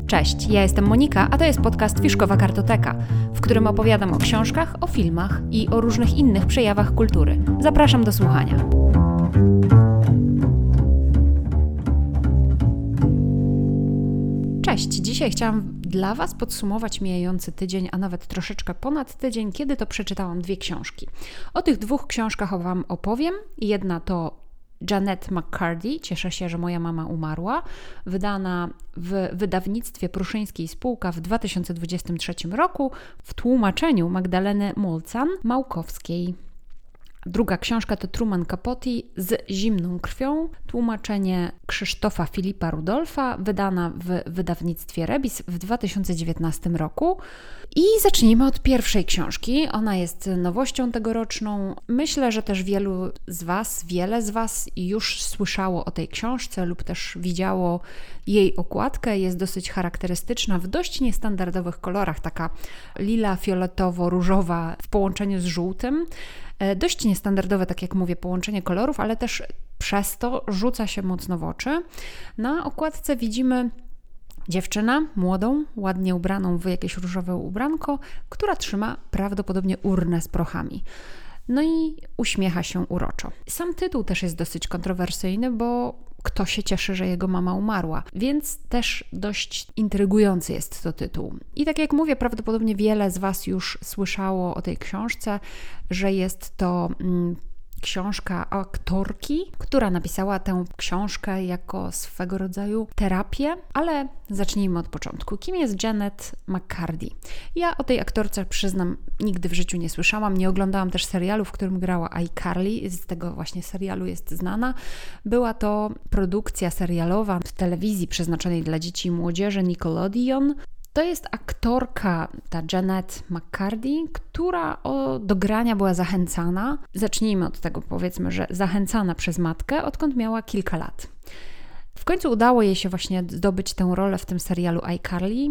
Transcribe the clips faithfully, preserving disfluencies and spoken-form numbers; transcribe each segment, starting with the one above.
Cześć, ja jestem Monika, a to jest podcast Fiszkowa Kartoteka, w którym opowiadam o książkach, o filmach i o różnych innych przejawach kultury. Zapraszam do słuchania. Cześć, dzisiaj chciałam dla Was podsumować mijający tydzień, a nawet troszeczkę ponad tydzień, kiedy to przeczytałam dwie książki. O tych dwóch książkach Wam opowiem. Jedna to Jeanette McCurdy, cieszę się, że moja mama umarła, wydana w wydawnictwie Pruszyńskiej Spółka w dwa tysiące dwudziestym trzecim roku w tłumaczeniu Magdaleny Mulcan-Małkowskiej. Druga książka to Truman Capote z zimną krwią, tłumaczenie Krzysztofa Filipa Rudolfa, wydana w wydawnictwie Rebis w dwa tysiące dziewiętnastym roku. I zacznijmy od pierwszej książki. Ona jest nowością tegoroczną. Myślę, że też wielu z Was, wiele z Was już słyszało o tej książce lub też widziało jej okładkę. Jest dosyć charakterystyczna, w dość niestandardowych kolorach, taka lila, fioletowo-różowa w połączeniu z żółtym. Dość niestandardowe, tak jak mówię, połączenie kolorów, ale też przez to rzuca się mocno w oczy. Na okładce widzimy dziewczynę młodą, ładnie ubraną w jakieś różowe ubranko, która trzyma prawdopodobnie urnę z prochami. No i uśmiecha się uroczo. Sam tytuł też jest dosyć kontrowersyjny, bo kto się cieszy, że jego mama umarła, więc też dość intrygujący jest to tytuł. I tak jak mówię, prawdopodobnie wiele z Was już słyszało o tej książce, że jest to mm, książka aktorki, która napisała tę książkę jako swego rodzaju terapię, ale zacznijmy od początku. Kim jest Jeanette McCurdy? Ja o tej aktorce, przyznam, nigdy w życiu nie słyszałam, nie oglądałam też serialu, w którym grała iCarly, z tego właśnie serialu jest znana. Była to produkcja serialowa w telewizji przeznaczonej dla dzieci i młodzieży Nickelodeon. To jest aktorka, ta Jeanette McCurdy, która o, do grania była zachęcana. Zacznijmy od tego, powiedzmy, że zachęcana przez matkę, odkąd miała kilka lat. W końcu udało jej się właśnie zdobyć tę rolę w tym serialu iCarly,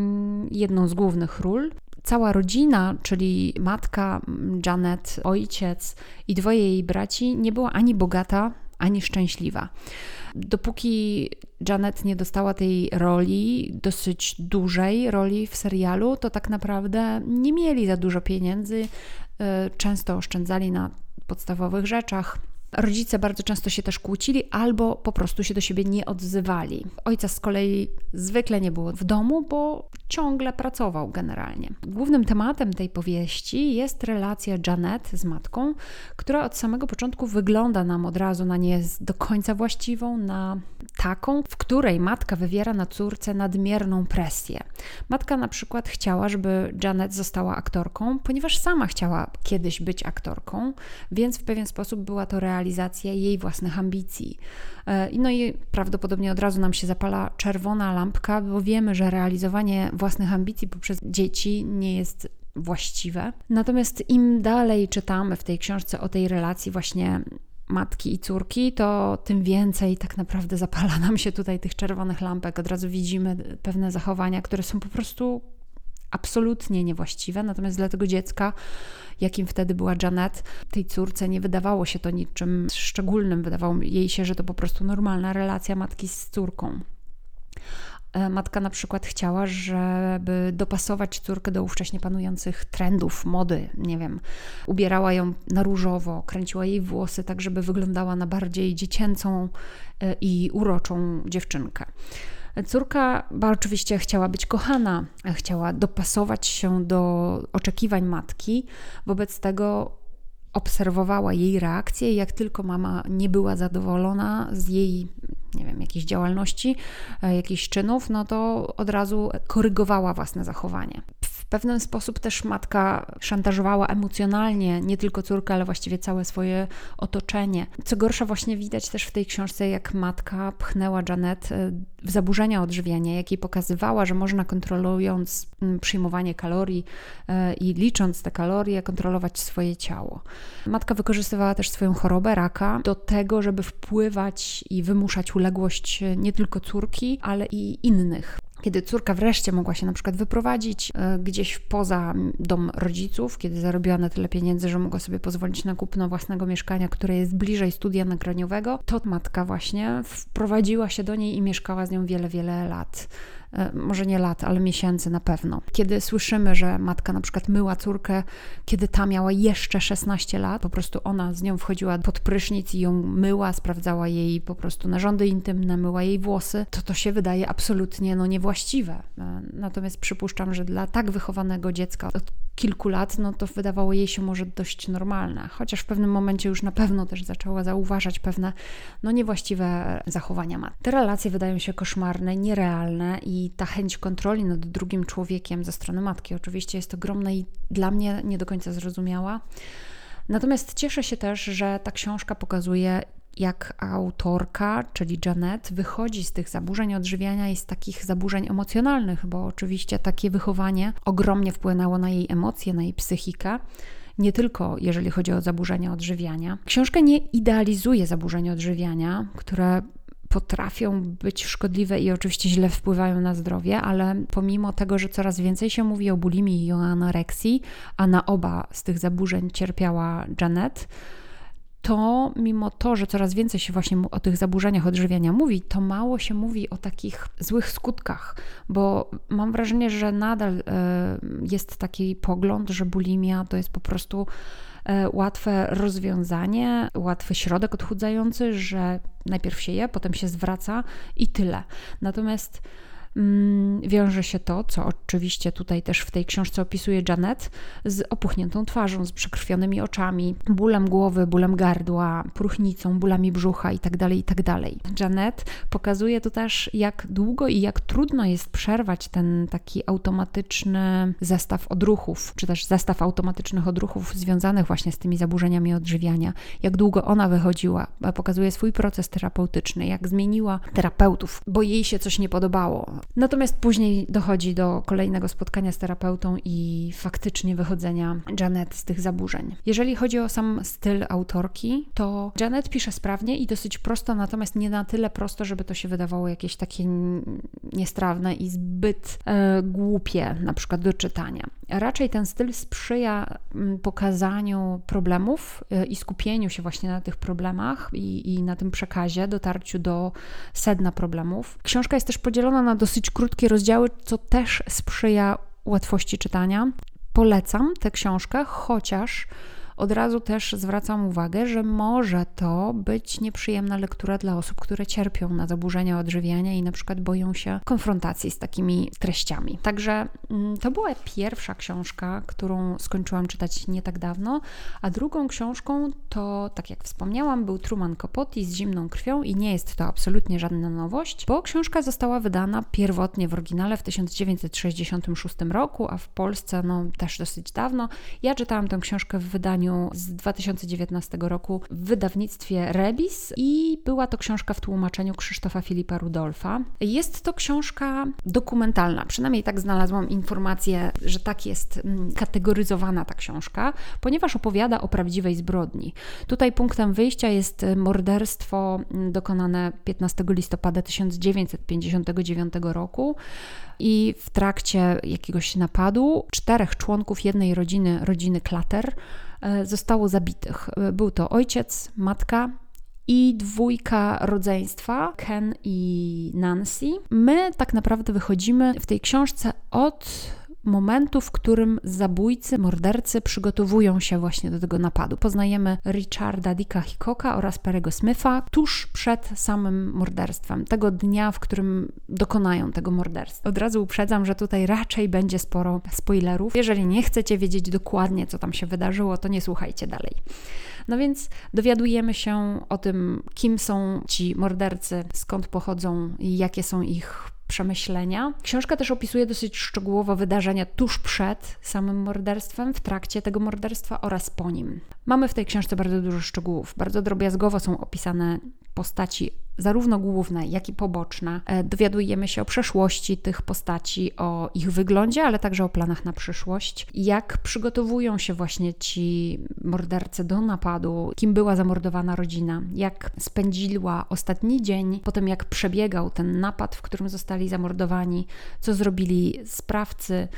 jedną z głównych ról. Cała rodzina, czyli matka Jeanette, ojciec i dwoje jej braci, nie była ani bogata, ani szczęśliwa. Dopóki Jeanette nie dostała tej roli, dosyć dużej roli w serialu, to tak naprawdę nie mieli za dużo pieniędzy, często oszczędzali na podstawowych rzeczach. Rodzice bardzo często się też kłócili albo po prostu się do siebie nie odzywali. Ojca z kolei zwykle nie było w domu, bo ciągle pracował generalnie. Głównym tematem tej powieści jest relacja Jeanette z matką, która od samego początku wygląda nam od razu na nie do końca właściwą, na taką, w której matka wywiera na córce nadmierną presję. Matka na przykład chciała, żeby Jeanette została aktorką, ponieważ sama chciała kiedyś być aktorką, więc w pewien sposób była to realizacja jej własnych ambicji. No i prawdopodobnie od razu nam się zapala czerwona lampka, bo wiemy, że realizowanie własnych ambicji poprzez dzieci nie jest właściwe. Natomiast im dalej czytamy w tej książce o tej relacji właśnie matki i córki, to tym więcej tak naprawdę zapala nam się tutaj tych czerwonych lampek. Od razu widzimy pewne zachowania, które są po prostu absolutnie niewłaściwe, natomiast dla tego dziecka, jakim wtedy była Jeanette, tej córce nie wydawało się to niczym szczególnym, wydawało jej się, że to po prostu normalna relacja matki z córką. Matka na przykład chciała, żeby dopasować córkę do ówcześnie panujących trendów, mody, nie wiem, ubierała ją na różowo, kręciła jej włosy tak, żeby wyglądała na bardziej dziecięcą i uroczą dziewczynkę. Córka oczywiście chciała być kochana, chciała dopasować się do oczekiwań matki, wobec tego obserwowała jej reakcję i jak tylko mama nie była zadowolona z jej, nie wiem, jakiejś działalności, jakichś czynów, no to od razu korygowała własne zachowanie. W pewien sposób też matka szantażowała emocjonalnie nie tylko córkę, ale właściwie całe swoje otoczenie. Co gorsza, właśnie widać też w tej książce, jak matka pchnęła Jeanette w zaburzenia odżywiania, jak jej pokazywała, że można, kontrolując przyjmowanie kalorii i licząc te kalorie, kontrolować swoje ciało. Matka wykorzystywała też swoją chorobę, raka, do tego, żeby wpływać i wymuszać uległość nie tylko córki, ale i innych. Kiedy córka wreszcie mogła się na przykład wyprowadzić gdzieś poza dom rodziców, kiedy zarobiła na tyle pieniędzy, że mogła sobie pozwolić na kupno własnego mieszkania, które jest bliżej studia nagraniowego, to matka właśnie wprowadziła się do niej i mieszkała z nią wiele, wiele lat. może nie lat, ale miesięcy na pewno. Kiedy słyszymy, że matka na przykład myła córkę, kiedy ta miała jeszcze szesnaście lat, po prostu ona z nią wchodziła pod prysznic i ją myła, sprawdzała jej po prostu narządy intymne, myła jej włosy, to to się wydaje absolutnie no, niewłaściwe. Natomiast przypuszczam, że dla tak wychowanego dziecka od kilku lat, no to wydawało jej się może dość normalne, chociaż w pewnym momencie już na pewno też zaczęła zauważać pewne no, niewłaściwe zachowania matki. Te relacje wydają się koszmarne, nierealne i ta chęć kontroli nad drugim człowiekiem ze strony matki oczywiście jest ogromna i dla mnie nie do końca zrozumiała. Natomiast cieszę się też, że ta książka pokazuje, jak autorka, czyli Janet, wychodzi z tych zaburzeń odżywiania i z takich zaburzeń emocjonalnych, bo oczywiście takie wychowanie ogromnie wpłynęło na jej emocje, na jej psychikę, nie tylko jeżeli chodzi o zaburzenia odżywiania. Książka nie idealizuje zaburzeń odżywiania, które potrafią być szkodliwe i oczywiście źle wpływają na zdrowie, ale pomimo tego, że coraz więcej się mówi o bulimii i o anoreksji, a na oba z tych zaburzeń cierpiała Janet, to mimo to, że coraz więcej się właśnie o tych zaburzeniach odżywiania mówi, to mało się mówi o takich złych skutkach, bo mam wrażenie, że nadal y, jest taki pogląd, że bulimia to jest po prostu y, łatwe rozwiązanie, łatwy środek odchudzający, że najpierw się je, potem się zwraca i tyle. Natomiast wiąże się to, co oczywiście tutaj też w tej książce opisuje Janet, z opuchniętą twarzą, z przekrwionymi oczami, bólem głowy, bólem gardła, próchnicą, bólami brzucha itd., itd. Janet pokazuje tu też, jak długo i jak trudno jest przerwać ten taki automatyczny zestaw odruchów, czy też zestaw automatycznych odruchów związanych właśnie z tymi zaburzeniami odżywiania. Jak długo ona wychodziła, pokazuje swój proces terapeutyczny, jak zmieniła terapeutów, bo jej się coś nie podobało. Natomiast później dochodzi do kolejnego spotkania z terapeutą i faktycznie wychodzenia Janet z tych zaburzeń. Jeżeli chodzi o sam styl autorki, to Janet pisze sprawnie i dosyć prosto, natomiast nie na tyle prosto, żeby to się wydawało jakieś takie niestrawne i zbyt e, głupie, na przykład do czytania. Raczej ten styl sprzyja pokazaniu problemów e, i skupieniu się właśnie na tych problemach i, i na tym przekazie, dotarciu do sedna problemów. Książka jest też podzielona na dosyć krótkie rozdziały, co też sprzyja łatwości czytania. Polecam tę książkę, chociaż od razu też zwracam uwagę, że może to być nieprzyjemna lektura dla osób, które cierpią na zaburzenia odżywiania i na przykład boją się konfrontacji z takimi treściami. Także to była pierwsza książka, którą skończyłam czytać nie tak dawno, a drugą książką to, tak jak wspomniałam, był Truman Capote z Zimną krwią i nie jest to absolutnie żadna nowość, bo książka została wydana pierwotnie w oryginale w tysiąc dziewięćset sześćdziesiątym szóstym roku, a w Polsce no też dosyć dawno. Ja czytałam tę książkę w wydaniu z dwa tysiące dziewiętnastego roku w wydawnictwie Rebis i była to książka w tłumaczeniu Krzysztofa Filipa Rudolfa. Jest to książka dokumentalna, przynajmniej tak znalazłam informację, że tak jest kategoryzowana ta książka, ponieważ opowiada o prawdziwej zbrodni. Tutaj punktem wyjścia jest morderstwo dokonane piętnastego listopada tysiąc dziewięćset pięćdziesiątego dziewiątego roku i w trakcie jakiegoś napadu czterech członków jednej rodziny, rodziny Klater, zostało zabitych. Był to ojciec, matka i dwójka rodzeństwa, Ken i Nancy. My tak naprawdę wychodzimy w tej książce od momentu, w którym zabójcy, mordercy przygotowują się właśnie do tego napadu. Poznajemy Richarda Dicka Hickoka oraz Perry'ego Smitha tuż przed samym morderstwem, tego dnia, w którym dokonają tego morderstwa. Od razu uprzedzam, że tutaj raczej będzie sporo spoilerów. Jeżeli nie chcecie wiedzieć dokładnie, co tam się wydarzyło, to nie słuchajcie dalej. No więc dowiadujemy się o tym, kim są ci mordercy, skąd pochodzą i jakie są ich przemyślenia. Książka też opisuje dosyć szczegółowo wydarzenia tuż przed samym morderstwem, w trakcie tego morderstwa oraz po nim. Mamy w tej książce bardzo dużo szczegółów. Bardzo drobiazgowo są opisane postaci zarówno główne, jak i poboczne. Dowiadujemy się o przeszłości tych postaci, o ich wyglądzie, ale także o planach na przyszłość. Jak przygotowują się właśnie ci mordercy do napadu, kim była zamordowana rodzina, jak spędziła ostatni dzień, potem jak przebiegał ten napad, w którym zostali zamordowani, co zrobili sprawcy,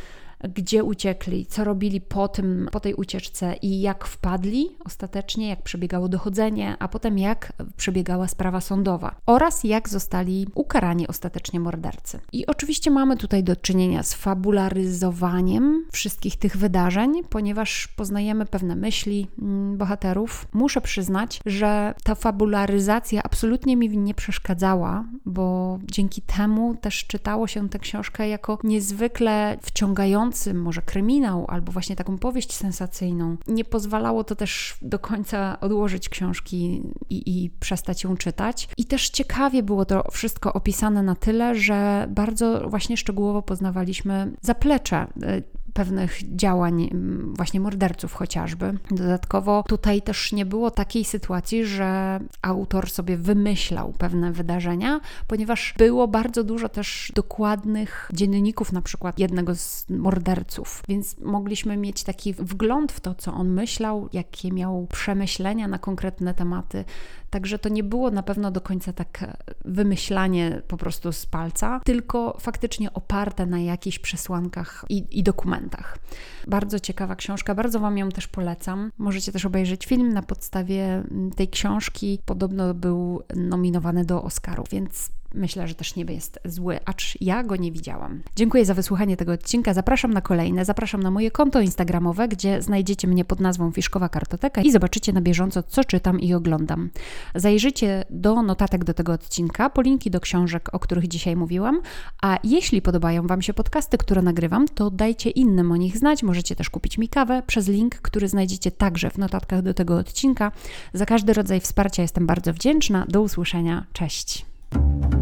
gdzie uciekli, co robili po tym, po tej ucieczce i jak wpadli ostatecznie, jak przebiegało dochodzenie, a potem jak przebiegała sprawa sądowa oraz jak zostali ukarani ostatecznie mordercy. I oczywiście mamy tutaj do czynienia z fabularyzowaniem wszystkich tych wydarzeń, ponieważ poznajemy pewne myśli bohaterów. Muszę przyznać, że ta fabularyzacja absolutnie mi nie przeszkadzała, bo dzięki temu też czytało się tę książkę jako niezwykle wciągający może kryminał albo właśnie taką powieść sensacyjną. Nie pozwalało to też do końca odłożyć książki i, i przestać ją czytać. I też ciekawie było to wszystko opisane na tyle, że bardzo właśnie szczegółowo poznawaliśmy zaplecze pewnych działań właśnie morderców chociażby. Dodatkowo tutaj też nie było takiej sytuacji, że autor sobie wymyślał pewne wydarzenia, ponieważ było bardzo dużo też dokładnych dzienników na przykład jednego z morderców, więc mogliśmy mieć taki wgląd w to, co on myślał, jakie miał przemyślenia na konkretne tematy. Także to nie było na pewno do końca tak wymyślanie po prostu z palca, tylko faktycznie oparte na jakichś przesłankach i, i dokumentach. Bardzo ciekawa książka, bardzo Wam ją też polecam. Możecie też obejrzeć film na podstawie tej książki. Podobno był nominowany do Oscarów, więc myślę, że też nie jest zły, acz ja go nie widziałam. Dziękuję za wysłuchanie tego odcinka. Zapraszam na kolejne. Zapraszam na moje konto instagramowe, gdzie znajdziecie mnie pod nazwą Fiszkowa Kartoteka i zobaczycie na bieżąco, co czytam i oglądam. Zajrzyjcie do notatek do tego odcinka, po linki do książek, o których dzisiaj mówiłam, a jeśli podobają Wam się podcasty, które nagrywam, to dajcie innym o nich znać. Możecie też kupić mi kawę przez link, który znajdziecie także w notatkach do tego odcinka. Za każdy rodzaj wsparcia jestem bardzo wdzięczna. Do usłyszenia. Cześć!